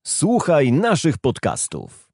Słuchaj naszych podcastów.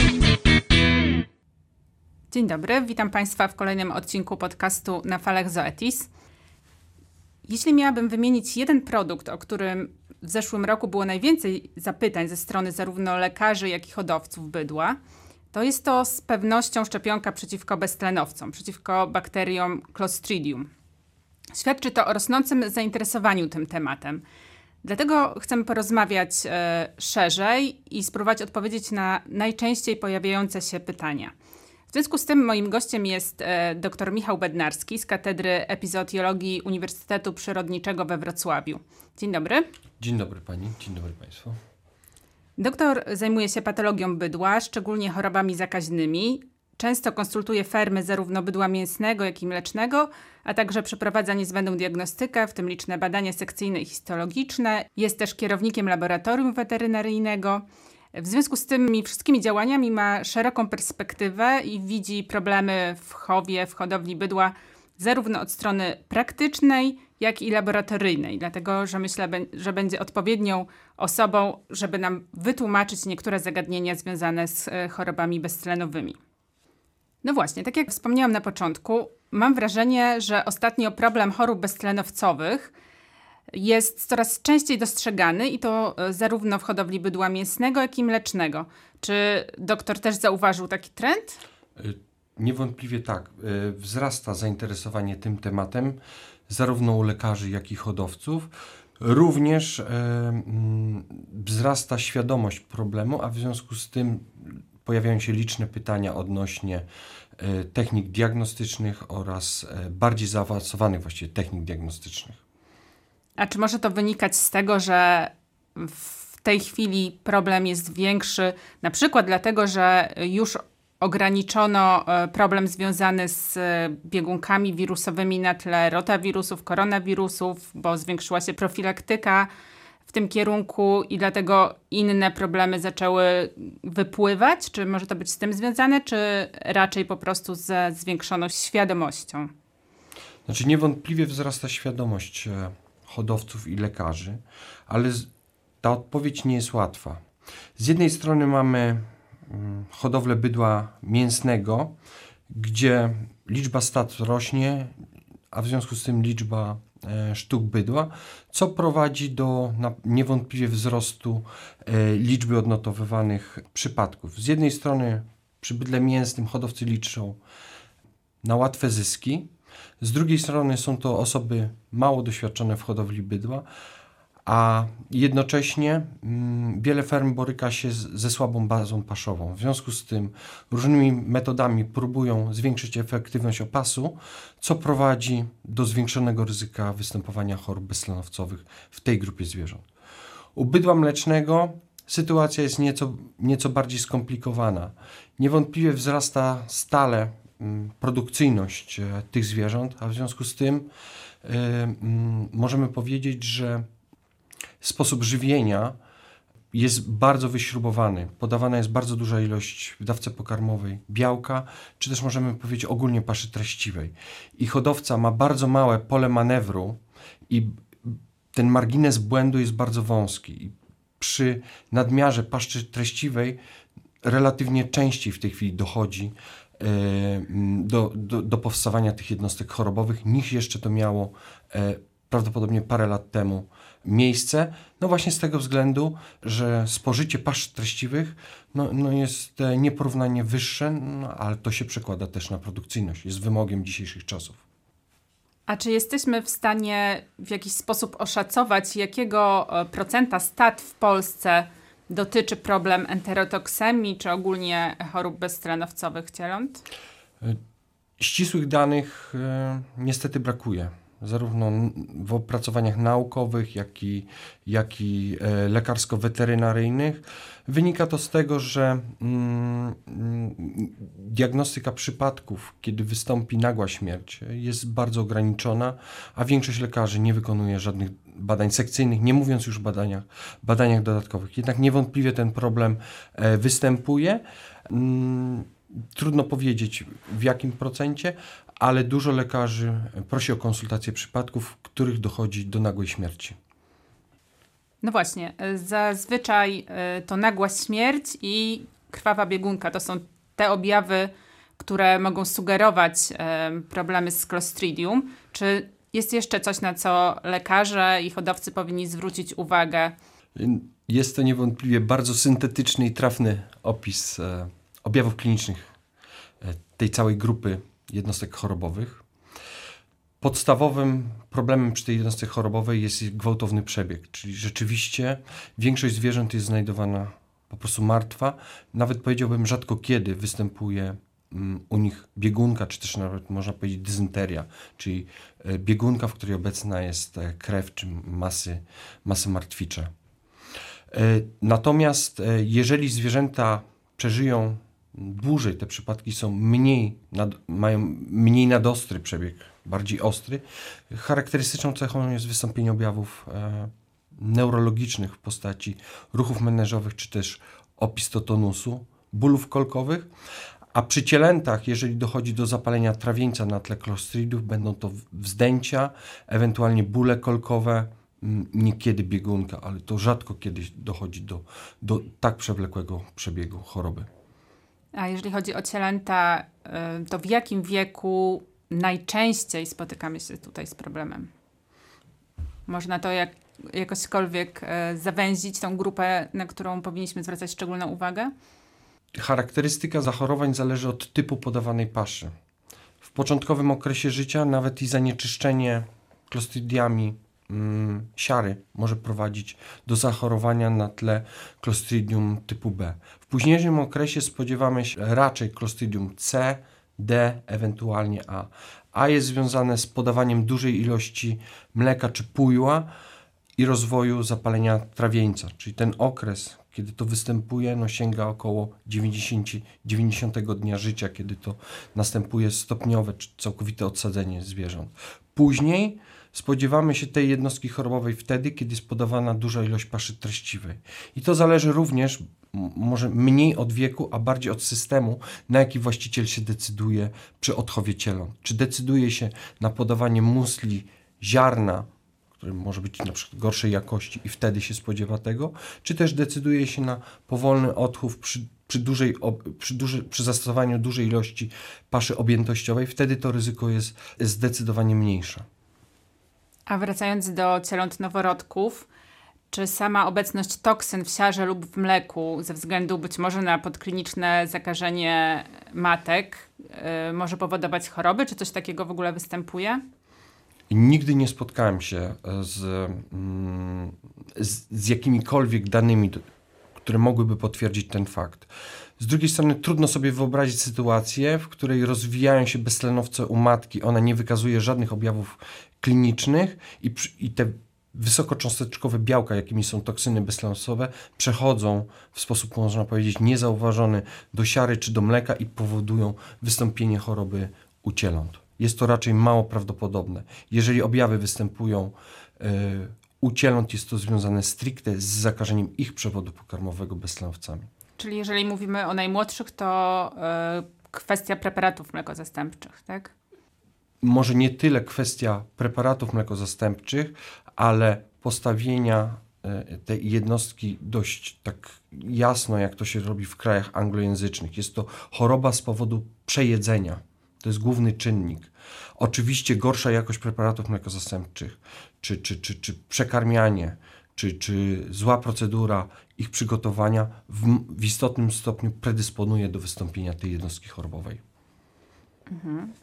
Dzień dobry, witam Państwa w kolejnym odcinku podcastu Na falach Zoetis. Jeśli miałabym wymienić jeden produkt, o którym w zeszłym roku było najwięcej zapytań ze strony zarówno lekarzy, jak i hodowców bydła, to jest to z pewnością szczepionka przeciwko beztlenowcom, przeciwko bakteriom Clostridium. Świadczy to o rosnącym zainteresowaniu tym tematem. Dlatego chcemy porozmawiać szerzej i spróbować odpowiedzieć na najczęściej pojawiające się pytania. W związku z tym moim gościem jest dr Michał Bednarski z Katedry Epizootiologii Uniwersytetu Przyrodniczego we Wrocławiu. Dzień dobry. Dzień dobry pani, dzień dobry państwu. Doktor zajmuje się patologią bydła, szczególnie chorobami zakaźnymi. Często konsultuje fermy zarówno bydła mięsnego, jak i mlecznego, a także przeprowadza niezbędną diagnostykę, w tym liczne badania sekcyjne i histologiczne. Jest też kierownikiem laboratorium weterynaryjnego. W związku z tymi wszystkimi działaniami ma szeroką perspektywę i widzi problemy w chowie, w hodowli bydła zarówno od strony praktycznej, jak i laboratoryjnej. Dlatego, że myślę, że będzie odpowiednią osobą, żeby nam wytłumaczyć niektóre zagadnienia związane z chorobami beztlenowymi. No właśnie, tak jak wspomniałam na początku, mam wrażenie, że ostatnio problem chorób beztlenowcowych jest coraz częściej dostrzegany i to zarówno w hodowli bydła mięsnego, jak i mlecznego. Czy doktor też zauważył taki trend? Niewątpliwie tak. Wzrasta zainteresowanie tym tematem zarówno u lekarzy, jak i hodowców. Również wzrasta świadomość problemu, a w związku z tym pojawiają się liczne pytania odnośnie technik diagnostycznych oraz bardziej zaawansowanych właściwie technik diagnostycznych. A czy może to wynikać z tego, że w tej chwili problem jest większy, na przykład dlatego, że już ograniczono problem związany z biegunkami wirusowymi na tle rotawirusów, koronawirusów, bo zwiększyła się profilaktyka w tym kierunku i dlatego inne problemy zaczęły wypływać? Czy może to być z tym związane, czy raczej po prostu ze zwiększoną świadomością? Znaczy niewątpliwie wzrasta świadomość hodowców i lekarzy, ale ta odpowiedź nie jest łatwa. Z jednej strony mamy hodowlę bydła mięsnego, gdzie liczba stad rośnie, a w związku z tym liczba sztuk bydła, co prowadzi do niewątpliwie wzrostu liczby odnotowywanych przypadków. Z jednej strony przy bydle mięsnym hodowcy liczą na łatwe zyski, z drugiej strony są to osoby mało doświadczone w hodowli bydła, a jednocześnie wiele ferm boryka się ze słabą bazą paszową. W związku z tym różnymi metodami próbują zwiększyć efektywność opasu, co prowadzi do zwiększonego ryzyka występowania chorób beztlenowcowych w tej grupie zwierząt. U bydła mlecznego sytuacja jest nieco bardziej skomplikowana. Niewątpliwie wzrasta stale produkcyjność tych zwierząt, a w związku z tym możemy powiedzieć, że sposób żywienia jest bardzo wyśrubowany. Podawana jest bardzo duża ilość w dawce pokarmowej białka, czy też możemy powiedzieć ogólnie paszy treściwej. I hodowca ma bardzo małe pole manewru i ten margines błędu jest bardzo wąski. I przy nadmiarze paszczy treściwej relatywnie częściej w tej chwili dochodzi do powstawania tych jednostek chorobowych, niż jeszcze to miało prawdopodobnie parę lat temu miejsce. No właśnie z tego względu, że spożycie pasz treściwych jest nieporównanie wyższe, ale to się przekłada też na produkcyjność. Jest wymogiem dzisiejszych czasów. A czy jesteśmy w stanie w jakiś sposób oszacować, jakiego procenta stad w Polsce dotyczy problem enterotoksemii, czy ogólnie chorób beztlenowcowych cieląt? Ścisłych danych niestety brakuje. Zarówno w opracowaniach naukowych, jak i lekarsko-weterynaryjnych. Wynika to z tego, że diagnostyka przypadków, kiedy wystąpi nagła śmierć, jest bardzo ograniczona, a większość lekarzy nie wykonuje żadnych badań sekcyjnych, nie mówiąc już o badaniach dodatkowych. Jednak niewątpliwie ten problem występuje. Trudno powiedzieć w jakim procencie, ale dużo lekarzy prosi o konsultację przypadków, w których dochodzi do nagłej śmierci. No właśnie, zazwyczaj to nagła śmierć i krwawa biegunka. To są te objawy, które mogą sugerować problemy z Clostridium. Czy jest jeszcze coś, na co lekarze i hodowcy powinni zwrócić uwagę? Jest to niewątpliwie bardzo syntetyczny i trafny opis objawów klinicznych tej całej grupy jednostek chorobowych. Podstawowym problemem przy tej jednostce chorobowej jest gwałtowny przebieg, czyli rzeczywiście większość zwierząt jest znajdowana po prostu martwa. Nawet powiedziałbym, rzadko kiedy występuje u nich biegunka, czy też nawet można powiedzieć dysynteria, czyli biegunka, w której obecna jest krew czy masy martwicze. Natomiast jeżeli zwierzęta przeżyją dłużej, te przypadki są mają mniej nadostry przebieg, bardziej ostry, charakterystyczną cechą jest wystąpienie objawów neurologicznych w postaci ruchów meneżowych czy też opistotonusu, bólów kolkowych, a przy cielętach, jeżeli dochodzi do zapalenia trawieńca na tle Clostridiów, będą to wzdęcia, ewentualnie bóle kolkowe, niekiedy biegunka, ale to rzadko kiedyś dochodzi do tak przewlekłego przebiegu choroby. A jeżeli chodzi o cielęta, to w jakim wieku najczęściej spotykamy się tutaj z problemem? Można to jakośkolwiek zawęzić, tą grupę, na którą powinniśmy zwracać szczególną uwagę? Charakterystyka zachorowań zależy od typu podawanej paszy. W początkowym okresie życia nawet i zanieczyszczenie Clostridiami siary może prowadzić do zachorowania na tle Clostridium typu B. W późniejszym okresie spodziewamy się raczej Clostridium C, D, ewentualnie A. A jest związane z podawaniem dużej ilości mleka czy pójła i rozwoju zapalenia trawieńca, czyli ten okres, kiedy to występuje, sięga około 90 dnia życia, kiedy to następuje stopniowe czy całkowite odsadzenie zwierząt. Później spodziewamy się tej jednostki chorobowej wtedy, kiedy jest podawana duża ilość paszy treściwej. I to zależy również, może mniej od wieku, a bardziej od systemu, na jaki właściciel się decyduje przy odchowie cieląt. Czy decyduje się na podawanie musli, ziarna, który może być na przykład gorszej jakości i wtedy się spodziewa tego, czy też decyduje się na powolny odchów przy zastosowaniu dużej ilości paszy objętościowej, wtedy to ryzyko jest zdecydowanie mniejsze. A wracając do cieląt noworodków, czy sama obecność toksyn w siarze lub w mleku ze względu być może na podkliniczne zakażenie matek może powodować choroby? Czy coś takiego w ogóle występuje? Nigdy nie spotkałem się z jakimikolwiek danymi, które mogłyby potwierdzić ten fakt. Z drugiej strony trudno sobie wyobrazić sytuację, w której rozwijają się beztlenowce u matki, ona nie wykazuje żadnych objawów klinicznych i te wysokocząsteczkowe białka, jakimi są toksyny beztlenowcowe, przechodzą w sposób, można powiedzieć, niezauważony do siary czy do mleka i powodują wystąpienie choroby u cieląt. Jest to raczej mało prawdopodobne. Jeżeli objawy występują u cieląt, jest to związane stricte z zakażeniem ich przewodu pokarmowego beztlenowcami. Czyli jeżeli mówimy o najmłodszych, to kwestia preparatów mlekozastępczych, tak? Może nie tyle kwestia preparatów mlekozastępczych, ale postawienia tej jednostki dość tak jasno, jak to się robi w krajach anglojęzycznych. Jest to choroba z powodu przejedzenia. To jest główny czynnik. Oczywiście gorsza jakość preparatów mlekozastępczych, czy przekarmianie, czy zła procedura ich przygotowania w istotnym stopniu predysponuje do wystąpienia tej jednostki chorobowej. Mhm.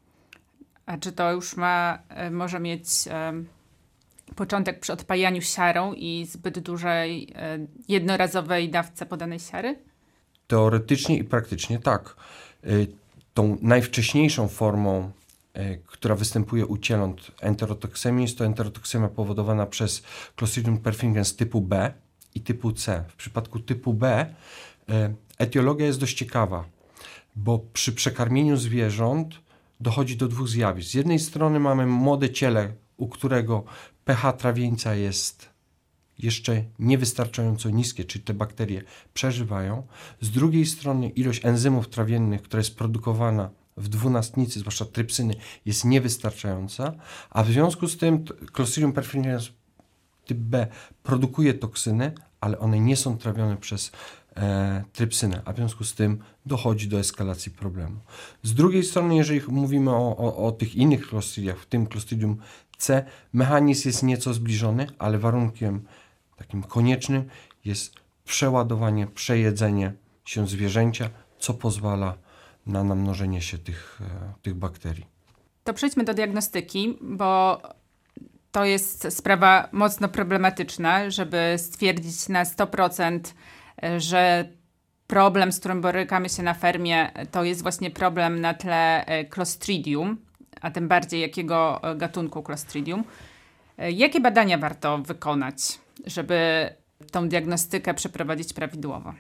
A czy to już może mieć początek przy odpajaniu siarą i zbyt dużej jednorazowej dawce podanej siary? Teoretycznie i praktycznie tak. Tą najwcześniejszą formą, która występuje u cieląt enterotoksemii, jest to enterotoksemia powodowana przez Clostridium perfringens typu B i typu C. W przypadku typu B etiologia jest dość ciekawa, bo przy przekarmieniu zwierząt dochodzi do dwóch zjawisk. Z jednej strony mamy młode ciele, u którego pH trawieńca jest jeszcze niewystarczająco niskie, czyli te bakterie przeżywają. Z drugiej strony ilość enzymów trawiennych, która jest produkowana w dwunastnicy, zwłaszcza trypsyny, jest niewystarczająca, a w związku z tym Clostridium perfringens typ B produkuje toksyny, ale one nie są trawione przez trypsynę, a w związku z tym dochodzi do eskalacji problemu. Z drugiej strony, jeżeli mówimy o tych innych Clostridiach, w tym Clostridium C, mechanizm jest nieco zbliżony, ale warunkiem takim koniecznym jest przeładowanie, przejedzenie się zwierzęcia, co pozwala na namnożenie się tych bakterii. To przejdźmy do diagnostyki, bo to jest sprawa mocno problematyczna, żeby stwierdzić na 100%, że problem, z którym borykamy się na fermie, to jest właśnie problem na tle Clostridium, a tym bardziej jakiego gatunku Clostridium. Jakie badania warto wykonać, żeby tą diagnostykę przeprowadzić prawidłowo?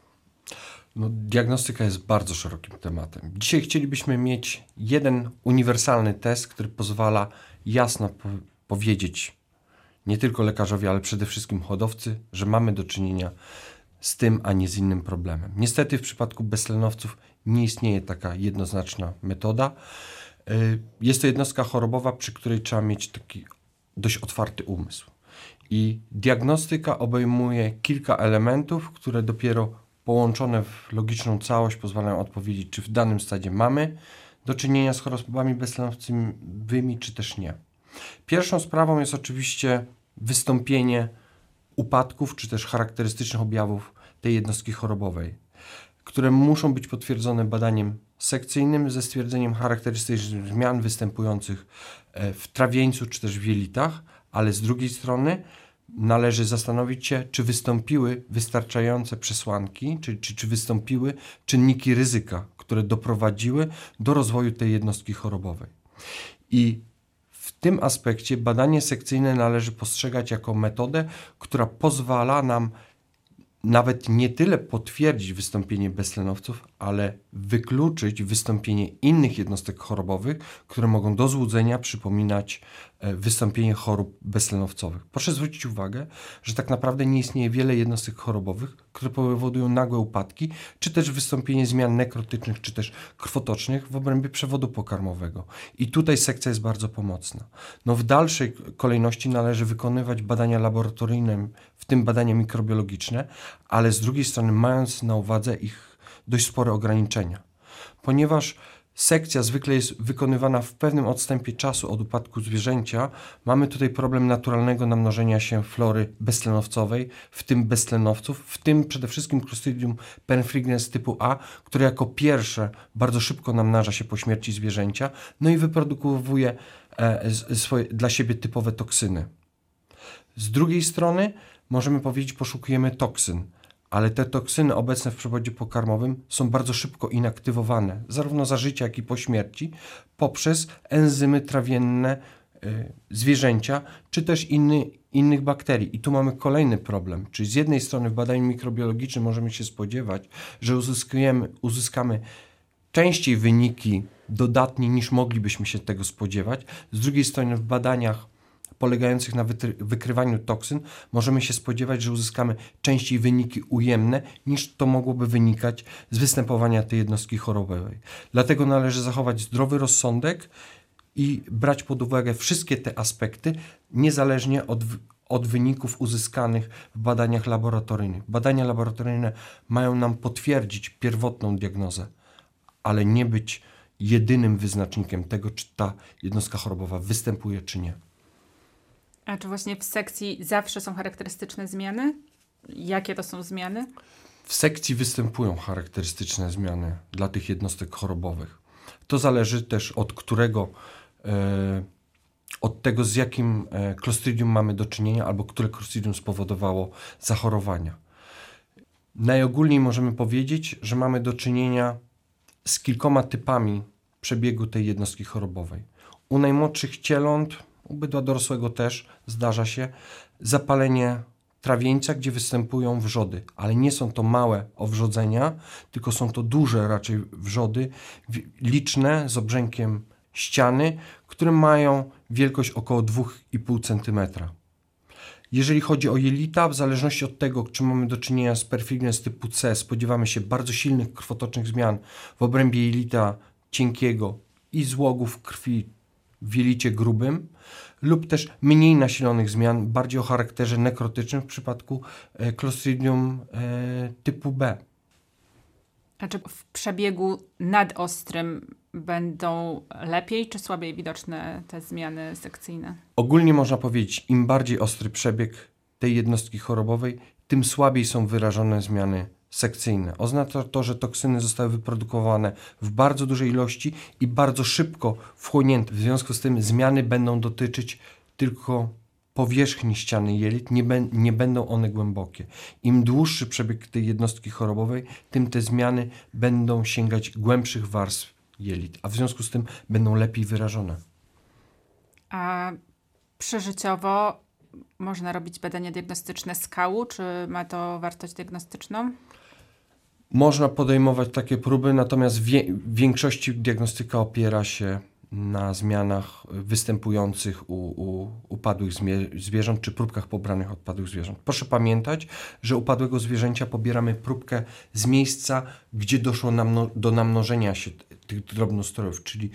No, diagnostyka jest bardzo szerokim tematem. Dzisiaj chcielibyśmy mieć jeden uniwersalny test, który pozwala jasno powiedzieć nie tylko lekarzowi, ale przede wszystkim hodowcy, że mamy do czynienia z tym, a nie z innym problemem. Niestety w przypadku beztlenowców nie istnieje taka jednoznaczna metoda. Jest to jednostka chorobowa, przy której trzeba mieć taki dość otwarty umysł. I diagnostyka obejmuje kilka elementów, które dopiero połączone w logiczną całość pozwalają odpowiedzieć, czy w danym stadzie mamy do czynienia z chorobami beztlenowcowymi, czy też nie. Pierwszą sprawą jest oczywiście wystąpienie upadków, czy też charakterystycznych objawów tej jednostki chorobowej, które muszą być potwierdzone badaniem sekcyjnym ze stwierdzeniem charakterystycznych zmian występujących w trawieńcu, czy też w jelitach, ale z drugiej strony należy zastanowić się, czy wystąpiły wystarczające przesłanki, czy wystąpiły czynniki ryzyka, które doprowadziły do rozwoju tej jednostki chorobowej. I w tym aspekcie badanie sekcyjne należy postrzegać jako metodę, która pozwala nam nawet nie tyle potwierdzić wystąpienie beztlenowców, ale wykluczyć wystąpienie innych jednostek chorobowych, które mogą do złudzenia przypominać wystąpienie chorób beztlenowcowych. Proszę zwrócić uwagę, że tak naprawdę nie istnieje wiele jednostek chorobowych, które powodują nagłe upadki, czy też wystąpienie zmian nekrotycznych, czy też krwotocznych w obrębie przewodu pokarmowego. I tutaj sekcja jest bardzo pomocna. No w dalszej kolejności należy wykonywać badania laboratoryjne, w tym badania mikrobiologiczne, ale z drugiej strony mając na uwadze ich dość spore ograniczenia. Ponieważ sekcja zwykle jest wykonywana w pewnym odstępie czasu od upadku zwierzęcia, mamy tutaj problem naturalnego namnożenia się flory beztlenowcowej, w tym beztlenowców, w tym przede wszystkim Clostridium perfringens typu A, które jako pierwsze bardzo szybko namnaża się po śmierci zwierzęcia, no i wyprodukuje dla siebie typowe toksyny. Z drugiej strony możemy powiedzieć, poszukujemy toksyn, ale te toksyny obecne w przewodzie pokarmowym są bardzo szybko inaktywowane, zarówno za życia, jak i po śmierci, poprzez enzymy trawienne zwierzęcia, czy też innych bakterii. I tu mamy kolejny problem, czyli z jednej strony w badaniu mikrobiologicznym możemy się spodziewać, że uzyskamy częściej wyniki dodatnie niż moglibyśmy się tego spodziewać. Z drugiej strony w badaniach polegających na wykrywaniu toksyn możemy się spodziewać, że uzyskamy częściej wyniki ujemne niż to mogłoby wynikać z występowania tej jednostki chorobowej. Dlatego należy zachować zdrowy rozsądek i brać pod uwagę wszystkie te aspekty, niezależnie od wyników uzyskanych w badaniach laboratoryjnych. Badania laboratoryjne mają nam potwierdzić pierwotną diagnozę, ale nie być jedynym wyznacznikiem tego, czy ta jednostka chorobowa występuje, czy nie. A czy właśnie w sekcji zawsze są charakterystyczne zmiany? Jakie to są zmiany? W sekcji występują charakterystyczne zmiany dla tych jednostek chorobowych. To zależy też od tego, z jakim Clostridium mamy do czynienia, albo które Clostridium spowodowało zachorowania. Najogólniej możemy powiedzieć, że mamy do czynienia z kilkoma typami przebiegu tej jednostki chorobowej. U najmłodszych cieląt, u bydła dorosłego też zdarza się zapalenie trawieńca, gdzie występują wrzody, ale nie są to małe owrzodzenia, tylko są to duże raczej wrzody, liczne z obrzękiem ściany, które mają wielkość około 2,5 cm. Jeżeli chodzi o jelita, w zależności od tego, czy mamy do czynienia z perfringens typu C, spodziewamy się bardzo silnych krwotocznych zmian w obrębie jelita cienkiego i złogów krwi, w jelicie grubym lub też mniej nasilonych zmian, bardziej o charakterze nekrotycznym w przypadku Clostridium typu B. A czy w przebiegu nadostrym będą lepiej czy słabiej widoczne te zmiany sekcyjne? Ogólnie można powiedzieć, im bardziej ostry przebieg tej jednostki chorobowej, tym słabiej są wyrażone zmiany sekcyjne. Oznacza to, że toksyny zostały wyprodukowane w bardzo dużej ilości i bardzo szybko wchłonięte. W związku z tym zmiany będą dotyczyć tylko powierzchni ściany jelit, nie będą one głębokie. Im dłuższy przebieg tej jednostki chorobowej, tym te zmiany będą sięgać głębszych warstw jelit, a w związku z tym będą lepiej wyrażone. A przeżyciowo można robić badania diagnostyczne skału, czy ma to wartość diagnostyczną? Można podejmować takie próby, natomiast w większości diagnostyka opiera się na zmianach występujących u upadłych zwierząt czy próbkach pobranych od upadłych zwierząt. Proszę pamiętać, że upadłego zwierzęcia pobieramy próbkę z miejsca, gdzie doszło do namnożenia się tych drobnostrojów, czyli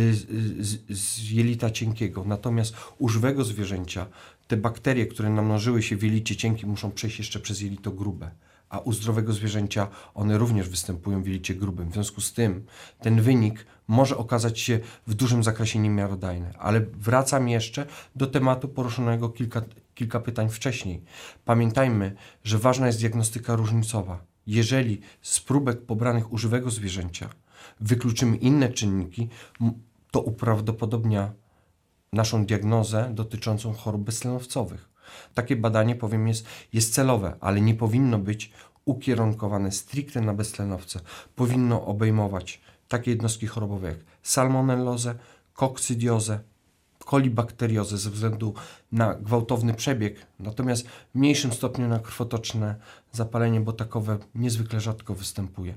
z jelita cienkiego. Natomiast u żywego zwierzęcia te bakterie, które namnożyły się w jelicie cienkim, muszą przejść jeszcze przez jelito grube. A u zdrowego zwierzęcia one również występują w jelicie grubym. W związku z tym ten wynik może okazać się w dużym zakresie niemiarodajny. Ale wracam jeszcze do tematu poruszonego kilka pytań wcześniej. Pamiętajmy, że ważna jest diagnostyka różnicowa. Jeżeli z próbek pobranych u żywego zwierzęcia wykluczymy inne czynniki, to uprawdopodobnia naszą diagnozę dotyczącą chorób beztlenowcowych. Takie badanie, powiem, jest celowe, ale nie powinno być ukierunkowane stricte na beztlenowce. Powinno obejmować takie jednostki chorobowe jak salmonellozę, kokcydiozę, kolibakteriozę ze względu na gwałtowny przebieg, natomiast w mniejszym stopniu na krwotoczne zapalenie, bo takowe niezwykle rzadko występuje.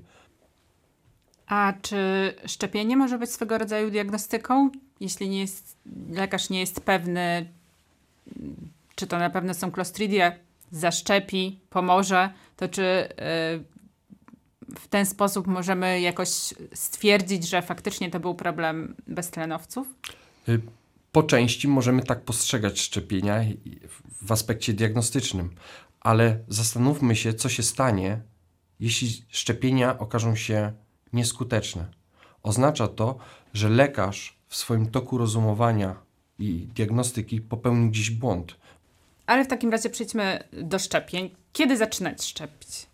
A czy szczepienie może być swego rodzaju diagnostyką? Jeśli lekarz nie jest pewny, czy to na pewno są Clostridia, zaszczepi, pomoże, to czy w ten sposób możemy jakoś stwierdzić, że faktycznie to był problem beztlenowców? Po części możemy tak postrzegać szczepienia w aspekcie diagnostycznym, ale zastanówmy się, co się stanie, jeśli szczepienia okażą się nieskuteczne. Oznacza to, że lekarz w swoim toku rozumowania i diagnostyki popełnił gdzieś błąd. Ale w takim razie przejdźmy do szczepień. Kiedy zaczynać szczepić?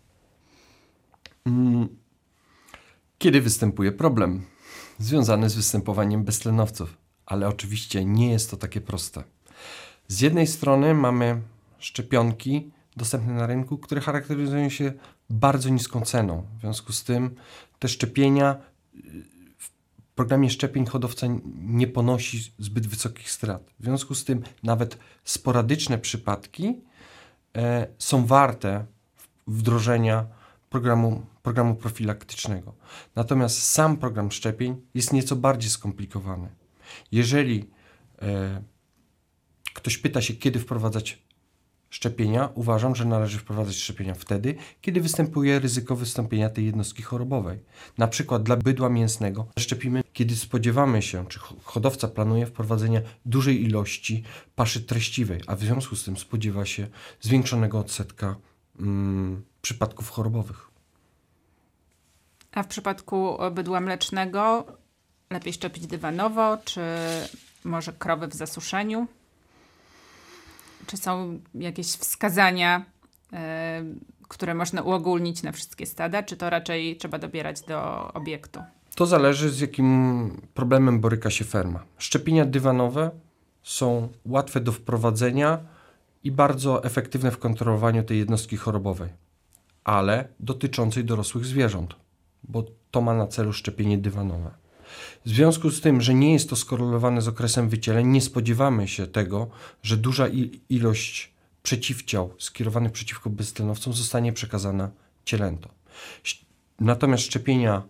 Kiedy występuje problem związany z występowaniem beztlenowców. Ale oczywiście nie jest to takie proste. Z jednej strony mamy szczepionki dostępne na rynku, które charakteryzują się bardzo niską ceną. W związku z tym te szczepienia w programie szczepień hodowca nie ponosi zbyt wysokich strat. W związku z tym nawet sporadyczne przypadki są warte wdrożenia programu profilaktycznego. Natomiast sam program szczepień jest nieco bardziej skomplikowany. Jeżeli ktoś pyta się, kiedy wprowadzać szczepienia, uważam, że należy wprowadzać szczepienia wtedy, kiedy występuje ryzyko wystąpienia tej jednostki chorobowej. Na przykład dla bydła mięsnego szczepimy, kiedy spodziewamy się, czy hodowca planuje wprowadzenie dużej ilości paszy treściwej, a w związku z tym spodziewa się zwiększonego odsetka przypadków chorobowych. A w przypadku bydła mlecznego lepiej szczepić dywanowo, czy może krowy w zasuszeniu? Czy są jakieś wskazania, które można uogólnić na wszystkie stada, czy to raczej trzeba dobierać do obiektu? To zależy, z jakim problemem boryka się ferma. Szczepienia dywanowe są łatwe do wprowadzenia i bardzo efektywne w kontrolowaniu tej jednostki chorobowej, ale dotyczącej dorosłych zwierząt, bo to ma na celu szczepienie dywanowe. W związku z tym, że nie jest to skorelowane z okresem wycieleń, nie spodziewamy się tego, że duża ilość przeciwciał skierowanych przeciwko beztlenowcom zostanie przekazana cielętom. Natomiast szczepienia,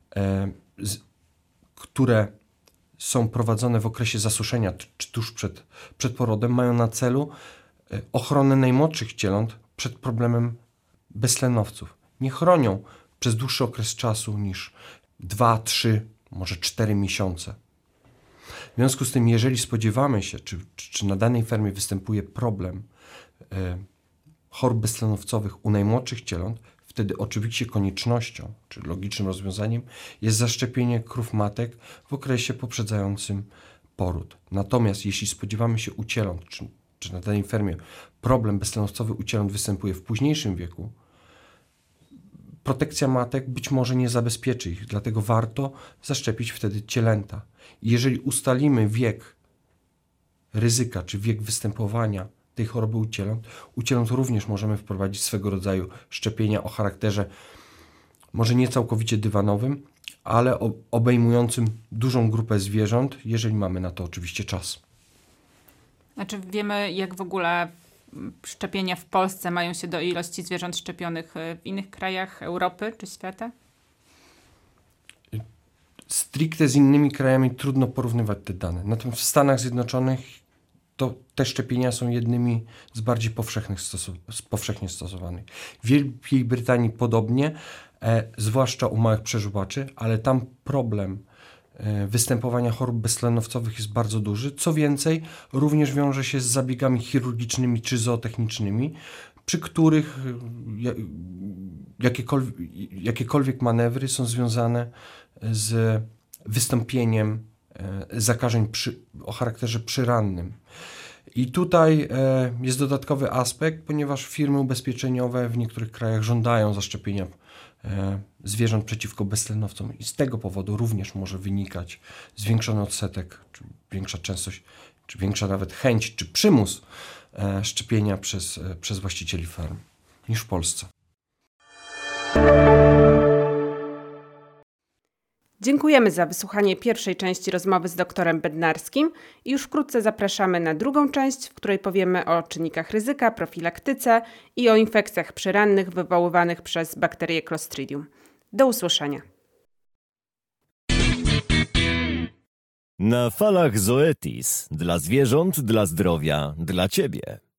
które są prowadzone w okresie zasuszenia czy tuż przed porodem, mają na celu ochronę najmłodszych cieląt przed problemem beztlenowców. Nie chronią przez dłuższy okres czasu niż 2, 3, może 4 miesiące. W związku z tym, jeżeli spodziewamy się, czy na danej fermie występuje problem chorób beztlenowcowych u najmłodszych cieląt, wtedy oczywiście koniecznością, czy logicznym rozwiązaniem jest zaszczepienie krów matek w okresie poprzedzającym poród. Natomiast jeśli spodziewamy się u cieląt, czy na danej fermie problem beztlenowcowy u cieląt występuje w późniejszym wieku, protekcja matek być może nie zabezpieczy ich, dlatego warto zaszczepić wtedy cielęta. I jeżeli ustalimy wiek ryzyka, czy wiek występowania tej choroby u cieląt również możemy wprowadzić swego rodzaju szczepienia o charakterze może nie całkowicie dywanowym, ale obejmującym dużą grupę zwierząt, jeżeli mamy na to oczywiście czas. A czy wiemy, jak w ogóle szczepienia w Polsce mają się do ilości zwierząt szczepionych w innych krajach Europy czy świata? Stricte z innymi krajami trudno porównywać te dane. Natomiast w Stanach Zjednoczonych to te szczepienia są jednymi z bardziej powszechnie stosowanych. W Wielkiej Brytanii podobnie, zwłaszcza u małych przeżuwaczy, ale tam problem występowania chorób beztlenowcowych jest bardzo duży. Co więcej, również wiąże się z zabiegami chirurgicznymi czy zootechnicznymi, przy których jakiekolwiek manewry są związane z wystąpieniem zakażeń o charakterze przyrannym. I tutaj jest dodatkowy aspekt, ponieważ firmy ubezpieczeniowe w niektórych krajach żądają zaszczepienia zwierząt przeciwko beztlenowcom i z tego powodu również może wynikać zwiększony odsetek, czy większa częstość, czy większa nawet chęć, czy przymus szczepienia przez właścicieli ferm niż w Polsce. Dziękujemy za wysłuchanie pierwszej części rozmowy z doktorem Bednarskim i już wkrótce zapraszamy na drugą część, w której powiemy o czynnikach ryzyka, profilaktyce i o infekcjach przyrannych wywoływanych przez bakterię Clostridium. Do usłyszenia. Na falach Zoetis. Dla zwierząt, dla zdrowia, dla Ciebie.